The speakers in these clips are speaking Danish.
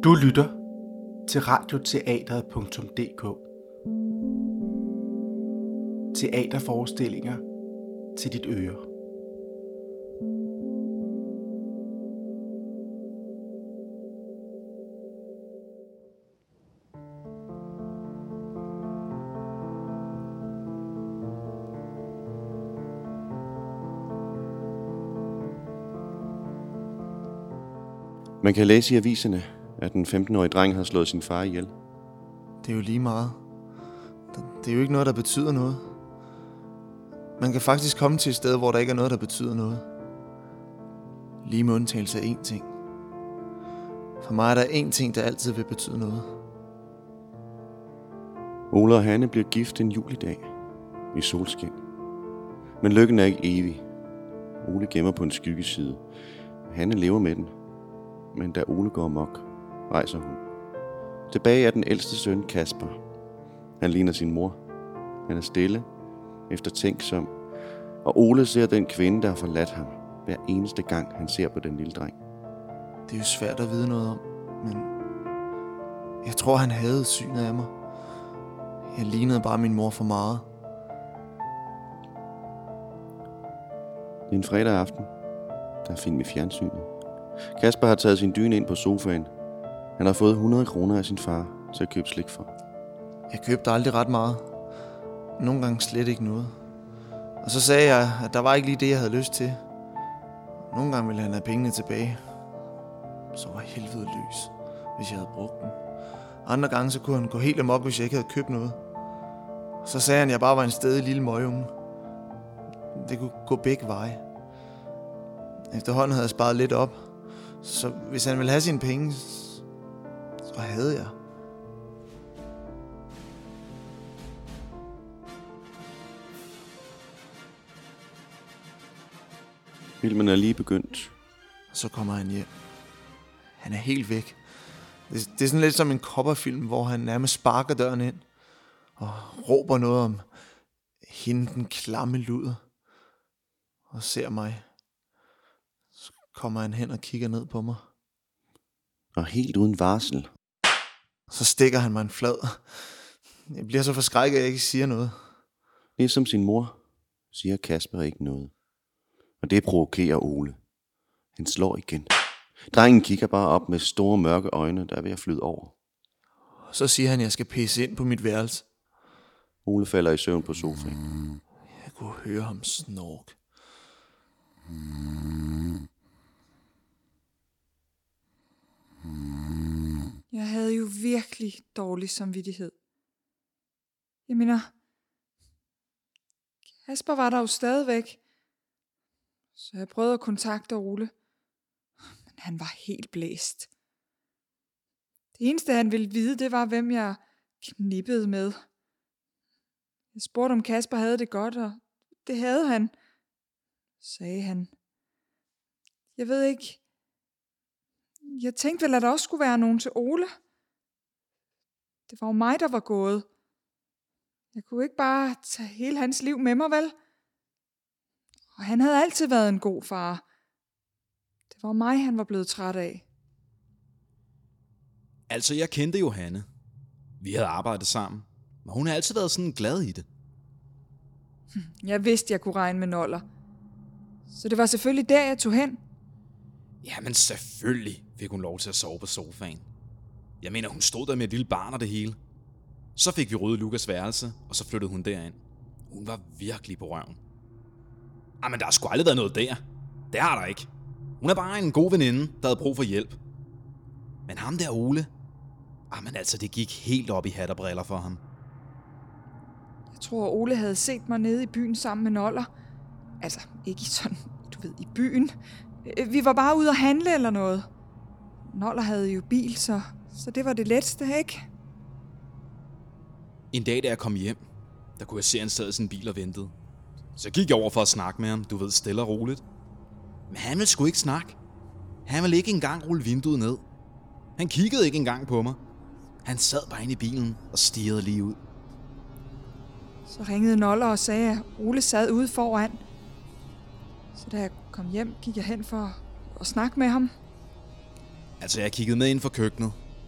Du lytter til radioteatret.dk. Teaterforestillinger til dit øre. Man kan læse i aviserne, at den 15-årige dreng har slået sin far ihjel. Det er jo lige meget. Det er jo ikke noget, der betyder noget. Man kan faktisk komme til et sted, hvor der ikke er noget, der betyder noget. Lige med undtagelse af én ting. For mig er der én ting, der altid vil betyde noget. Ole og Hanne bliver gift en julidag i solskin. Men lykken er ikke evig. Ole gemmer på en skyggeside. Hanne lever med den. Men da Ole går amok, rejser hun. Tilbage er den ældste søn Kasper. Han ligner sin mor. Han er stille, eftertænksom, og Ole ser den kvinde, der har forladt ham, hver eneste gang han ser på den lille dreng. Det er jo svært at vide noget om, men jeg tror, han havde synet af mig. Jeg lignede bare min mor for meget. Det er en fredag aften. Der er film i fjernsynet. Kasper har taget sin dyne ind på sofaen. Han har fået 100 kroner af sin far til at købe slik for. Jeg købte aldrig ret meget. Nogle gange slet ikke noget. Og så sagde jeg, at der var ikke lige det, jeg havde lyst til. Nogle gange ville han have pengene tilbage. Så var helvede løs, hvis jeg havde brugt dem. Andre gange så kunne han gå helt amok, hvis jeg ikke havde købt noget. Så sagde han, at jeg bare var en stedig lille møgunge. Det kunne gå begge veje. Efterhånden havde jeg sparet lidt op. Så hvis han ville have sine penge, så havde jeg. Filmen er lige begyndt. Så kommer han hjem. Han er helt væk. Det er sådan lidt som en Copperfilm, hvor han nærmest sparker døren ind og råber noget om hende, den klamme luder, og ser mig. Så kommer han hen og kigger ned på mig. Og helt uden varsel. Så stikker han mig en flad. Jeg bliver så forskrækket, at jeg ikke siger noget. Ligesom sin mor, siger Kasper ikke noget. Og det provokerer Ole. Han slår igen. Drengen kigger bare op med store mørke øjne, der er ved at flyde over. Så siger han, at jeg skal pisse ind på mit værelse. Ole falder i søvn på sofaen. Jeg kunne høre ham snorke. Jeg havde jo virkelig dårlig samvittighed. Jeg mener, Kasper var der jo stadigvæk. Så jeg prøvede at kontakte Ole. Men han var helt blæst. Det eneste han ville vide, det var hvem jeg knippede med. Jeg spurgte om Kasper havde det godt, og det havde han, sagde han. Jeg ved ikke. Jeg tænkte vel, at der også skulle være nogen til Ole. Det var jo mig, der var gået. Jeg kunne ikke bare tage hele hans liv med mig, vel? Og han havde altid været en god far. Det var mig, han var blevet træt af. Altså, jeg kendte Johanne. Vi havde arbejdet sammen. Men hun har altid været sådan glad i det. Jeg vidste, jeg kunne regne med Noller. Så det var selvfølgelig der, jeg tog hen. Jamen selvfølgelig fik hun lov til at sove på sofaen. Jeg mener, hun stod der med et lille barn og det hele. Så fik vi ryddet Lukas værelse, og så flyttede hun derind. Hun var virkelig på røven. Men der har sgu aldrig været noget der. Det har der ikke. Hun er bare en god veninde, der havde brug for hjælp. Men ham der Ole, men altså det gik helt op i hat og briller for ham. Jeg tror, Ole havde set mig nede i byen sammen med Noller. Altså, ikke sådan, du ved, i byen. Vi var bare ude at handle eller noget. Noller havde jo bil, så det var det letteste, ikke? En dag, da jeg kom hjem, der kunne jeg se, at han sad i sin bil og ventede. Så gik jeg over for at snakke med ham, du ved, stille og roligt. Men han ville sgu ikke snakke. Han ville ikke engang rulle vinduet ned. Han kiggede ikke engang på mig. Han sad bare inde i bilen og stirrede lige ud. Så ringede Noller og sagde, at Ole sad ude foran. Så da jeg kom hjem, gik jeg hen for at snakke med ham. Altså, jeg kiggede med ind for køkkenet,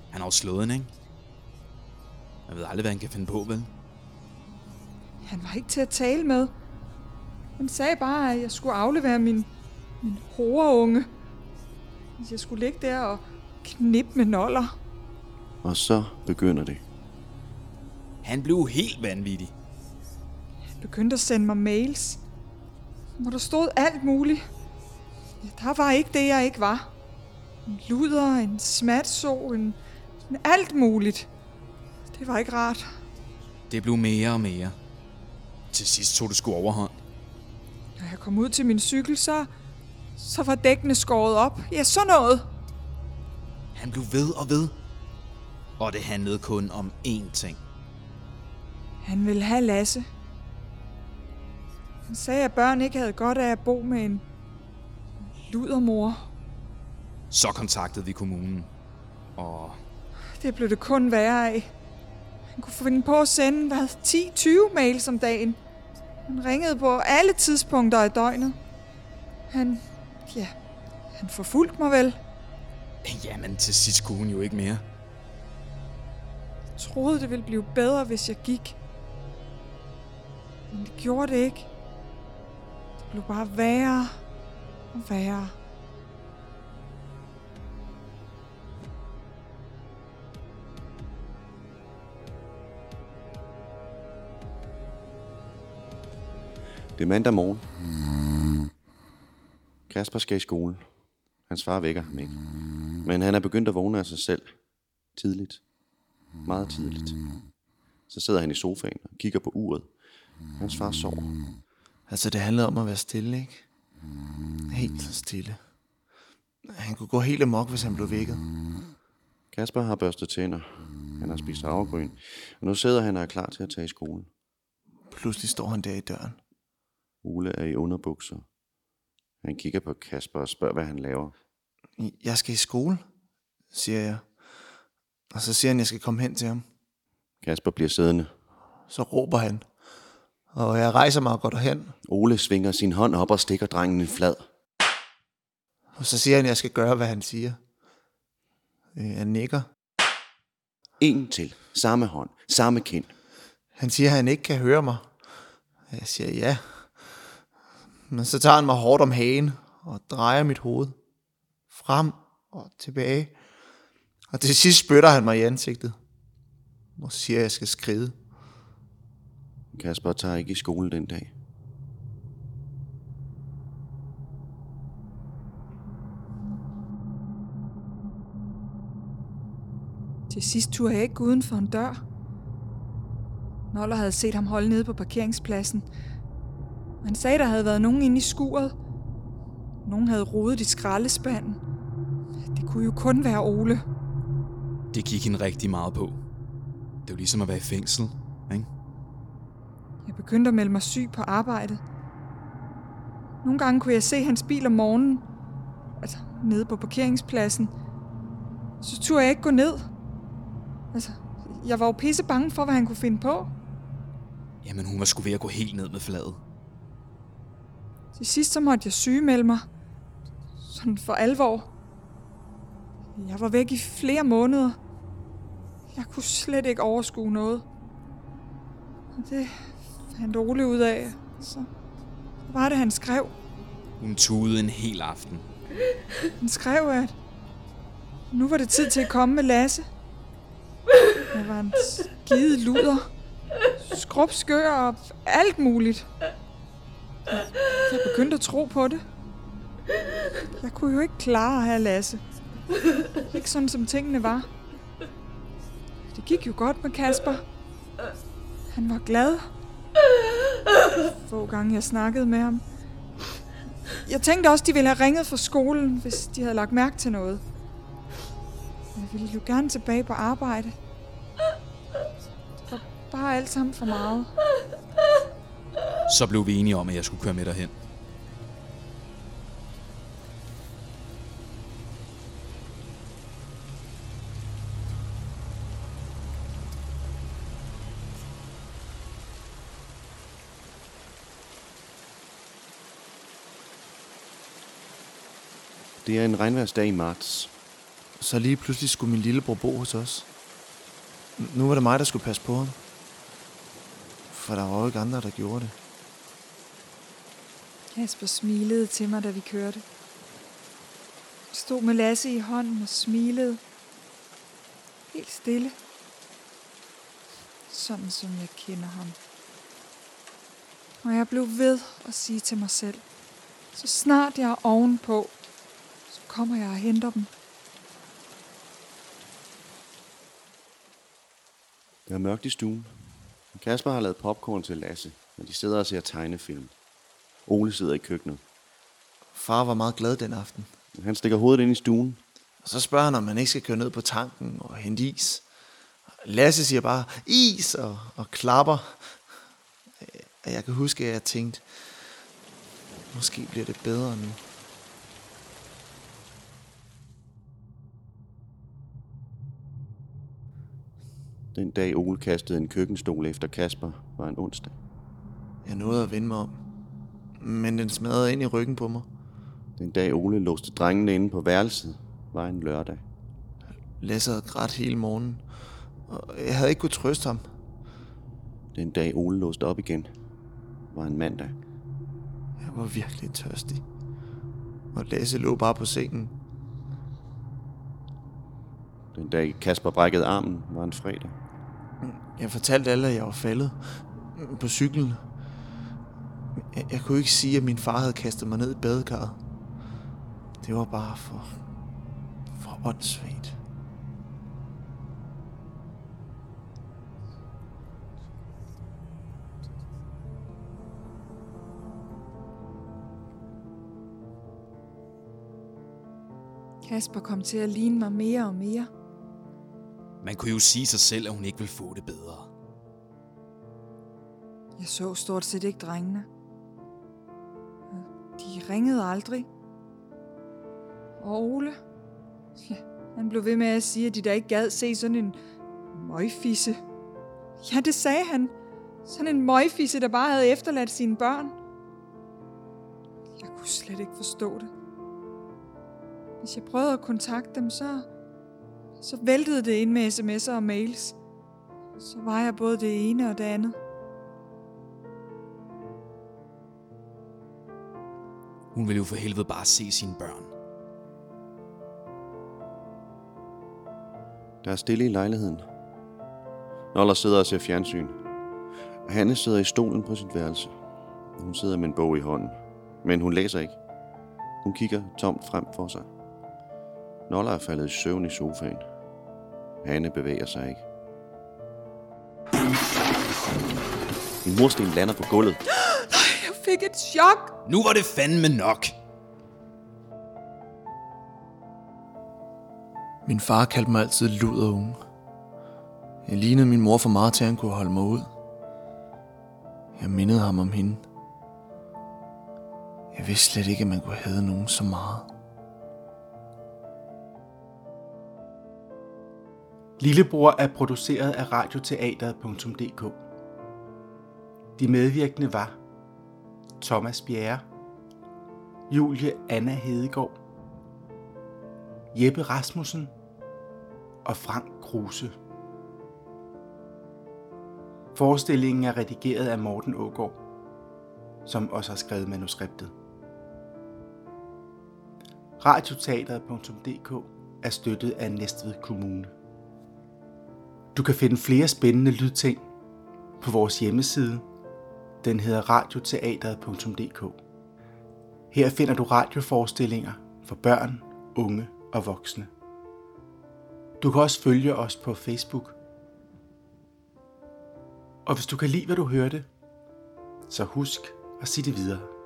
Han har jo slået hende, ikke? Jeg ved aldrig, hvad han kan finde på, vel? Han var ikke til at tale med. Han sagde bare, at jeg skulle aflevere min horunge. Hvis jeg skulle ligge der og knippe med noller. Og så begynder det. Han blev helt vanvittig. Han begyndte at sende mig mails, hvor der stod alt muligt. Ja, der var ikke det, jeg ikke var. En luder, en smatso, en alt muligt. Det var ikke rart. Det blev mere og mere. Til sidst tog det sgu overhånd. Når jeg kom ud til min cykel, så var dækkene skåret op. Ja, sådan noget. Han blev ved og ved. Og det handlede kun om én ting. Han ville have Lasse. Han sagde, at børn ikke havde godt af at bo med en ludermor. Så kontaktede vi kommunen. Og Det blev det kun værre af. Han kunne finde på at sende 10-20 mails om dagen. Han ringede på alle tidspunkter af døgnet. Han forfulgte mig vel. jamen, til sidst kunne hun jo ikke mere. Jeg troede, det ville blive bedre, hvis jeg gik. Men det gjorde det ikke. Det blev bare værre og værre. Det er mandag morgen. Kasper skal i skole. Hans far vækker ham ikke. Men han er begyndt at vågne af sig selv. Tidligt. Meget tidligt. Så sidder han i sofaen og kigger på uret. Hans far sover. Altså, det handlede om at være stille, ikke? Helt stille. Han kunne gå helt amok, hvis han blev vækket. Kasper har børstet tænder. Han har spist havregryn. Og nu sidder han og er klar til at tage i skole. Pludselig står han der i døren. Ole er i underbukser. Han kigger på Kasper og spørger, hvad han laver. Jeg skal i skole, siger jeg. Og så siger han, at jeg skal komme hen til ham. Kasper bliver siddende. Så råber han. Og jeg rejser mig og går derhen. Ole svinger sin hånd op og stikker drengen en flad. Og så siger han, at jeg skal gøre, hvad han siger. Jeg nikker. En til. Samme hånd. Samme kind. Han siger, at han ikke kan høre mig. Jeg siger ja. Men så tager han mig hårdt om hagen og drejer mit hoved. Frem og tilbage. Og til sidst spytter han mig i ansigtet. Og siger, at jeg skal skride. Kasper tager ikke i skole den dag. Til sidst turde jeg ikke gå uden for en dør. Noller havde set ham holde nede på parkeringspladsen. Han sagde, der havde været nogen inde i skuret. Nogen havde rodet i skraldespanden. Det kunne jo kun være Ole. Det gik hende rigtig meget på. Det var ligesom at være i fængsel, ikke? Jeg begyndte at melde mig syg på arbejdet. Nogle gange kunne jeg se hans bil om morgenen. Altså, nede på parkeringspladsen. Så turde jeg ikke gå ned. Altså, jeg var jo pisse bange for, hvad han kunne finde på. Jamen, hun var sgu ved at gå helt ned med fladet. Til sidst så måtte jeg sygemelde mig. Sådan for alvor. Jeg var væk i flere måneder. Jeg kunne slet ikke overskue noget. Og det fandt Ole ud af. Så var det, han skrev. Hun tudede en hel aften. Han skrev, at nu var det tid til at komme med Lasse. Jeg var en skide luder. Skrubskør og alt muligt. Jeg begyndte at tro på det. Jeg kunne jo ikke klare at have Lasse. Ikke sådan, som tingene var. Det gik jo godt med Kasper. Han var glad. Få gange jeg snakkede med ham. Jeg tænkte også, de ville have ringet fra skolen, hvis de havde lagt mærke til noget. Jeg ville jo gerne tilbage på arbejde. Det var bare alt sammen for meget. Så blev vi enige om, at jeg skulle køre med derhen. Det er en regnværsdag i marts. Så lige pludselig skulle min lillebror bo hos os. Nu var det mig, der skulle passe på ham. For der var jo ikke andre, der gjorde det. Kasper smilede til mig, da vi kørte. Stod med Lasse i hånden og smilede. Helt stille. Sådan som jeg kender ham. Og jeg blev ved at sige til mig selv, så snart jeg er ovenpå, så kommer jeg og henter dem. Det er mørkt i stuen. Kasper har lavet popcorn til Lasse, og de sidder og ser tegnefilm. Ole sidder i køkkenet. Far var meget glad den aften. Han stikker hovedet ind i stuen. Og så spørger han, om han ikke skal køre ned på tanken og hente is. Lasse siger bare, is og klapper. Jeg kan huske, at jeg tænkte, måske bliver det bedre nu. Den dag Ole kastede en køkkenstol efter Kasper, var en onsdag. Jeg nåede at vende mig om, men den smadrede ind i ryggen på mig. Den dag Ole låste drengene inde på værelset, var en lørdag. Lasse havde grædt hele morgenen, og jeg havde ikke kunnet trøste ham. Den dag Ole låste op igen, var en mandag. Jeg var virkelig tørstig, og Lasse lå bare på sengen. Den dag Kasper brækkede armen, var en fredag. Jeg fortalte alle, at jeg var faldet på cyklen. Jeg kunne ikke sige, at min far havde kastet mig ned i badekarret. Det var bare for åndssvagt. Kasper kom til at ligne mig mere og mere. Man kunne jo sige sig selv, at hun ikke ville få det bedre. Jeg så stort set ikke drengene. De ringede aldrig. Og Ole, ja, han blev ved med at sige, at de da ikke gad se sådan en møgfisse. Ja, det sagde han. Sådan en møgfisse, der bare havde efterladt sine børn. Jeg kunne slet ikke forstå det. Hvis jeg prøvede at kontakte dem, så væltede det ind med sms'er og mails. Så var jeg både det ene og det andet. Hun ville jo for helvede bare se sine børn. Der er stille i lejligheden. Noller sidder og ser fjernsyn. Hanne sidder i stolen på sit værelse. Hun sidder med en bog i hånden, men hun læser ikke. Hun kigger tomt frem for sig. Noller er faldet i søvn i sofaen. Hanne bevæger sig ikke. Min mursten lander på gulvet. Jeg fik et chok. Nu var det fandme nok. Min far kaldte mig altid luderunge. Jeg lignede min mor for meget til, at han kunne holde mig ud. Jeg mindede ham om hende. Jeg vidste slet ikke, at man kunne hade nogen så meget. Lillebror er produceret af radioteateret.dk. De medvirkende var Thomas Bjerre, Julie Anna Hedegaard, Jeppe Rasmussen og Frank Kruse. Forestillingen er redigeret af Morten Aagaard, som også har skrevet manuskriptet. Radioteateret.dk er støttet af Næstved Kommune. Du kan finde flere spændende lydting på vores hjemmeside. Den hedder radioteateret.dk. Her finder du radioforestillinger for børn, unge og voksne. Du kan også følge os på Facebook. Og hvis du kan lide, hvad du hørte, så husk at sige det videre.